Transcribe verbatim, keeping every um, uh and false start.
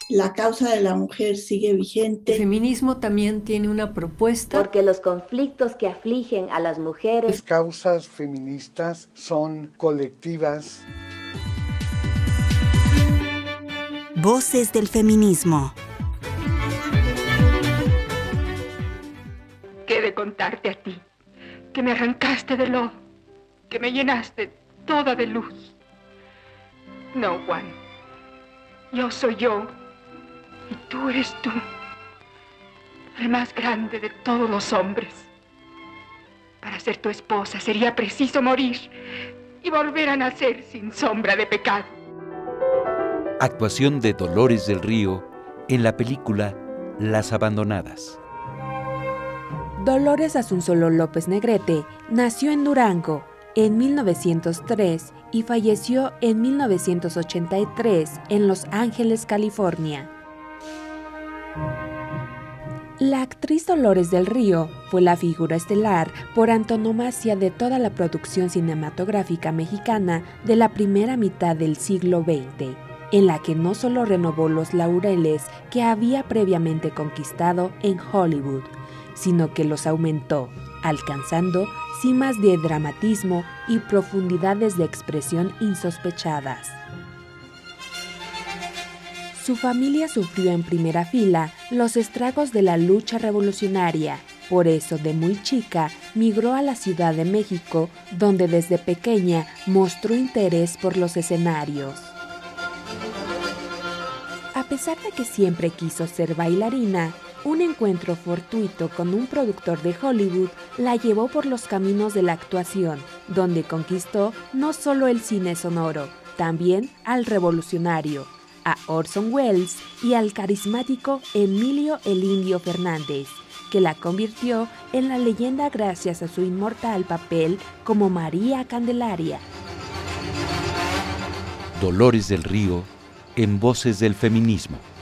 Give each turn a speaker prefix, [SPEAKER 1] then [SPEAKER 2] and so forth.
[SPEAKER 1] La causa de la mujer sigue
[SPEAKER 2] El
[SPEAKER 1] vigente.
[SPEAKER 2] feminismo también tiene una propuesta.
[SPEAKER 3] Porque los conflictos que afligen a las mujeres.
[SPEAKER 4] Las causas feministas son colectivas.
[SPEAKER 5] Voces del feminismo.
[SPEAKER 6] ¿Qué he de contarte a ti? Que me arrancaste de lodo, que me llenaste toda de luz. No, Juan. Yo soy yo y tú eres tú, el más grande de todos los hombres. Para ser tu esposa sería preciso morir y volver a nacer sin sombra de pecado.
[SPEAKER 7] Actuación de Dolores del Río en la película Las Abandonadas.
[SPEAKER 8] Dolores Asunzolo López Negrete nació en Durango en mil novecientos tres y falleció en mil novecientos ochenta y tres en Los Ángeles, California. La actriz Dolores del Río fue la figura estelar por antonomasia de toda la producción cinematográfica mexicana de la primera mitad del siglo veinte, en la que no solo renovó los laureles que había previamente conquistado en Hollywood, sino que los aumentó, alcanzando cimas de dramatismo y profundidades de expresión insospechadas. Su familia sufrió en primera fila los estragos de la lucha revolucionaria. Por eso, de muy chica, migró a la Ciudad de México, donde desde pequeña mostró interés por los escenarios. A pesar de que siempre quiso ser bailarina, un encuentro fortuito con un productor de Hollywood la llevó por los caminos de la actuación, donde conquistó no solo el cine sonoro, también al revolucionario, a Orson Welles y al carismático Emilio el Indio Fernández, que la convirtió en la leyenda gracias a su inmortal papel como María Candelaria.
[SPEAKER 7] Dolores del Río en Voces del Feminismo.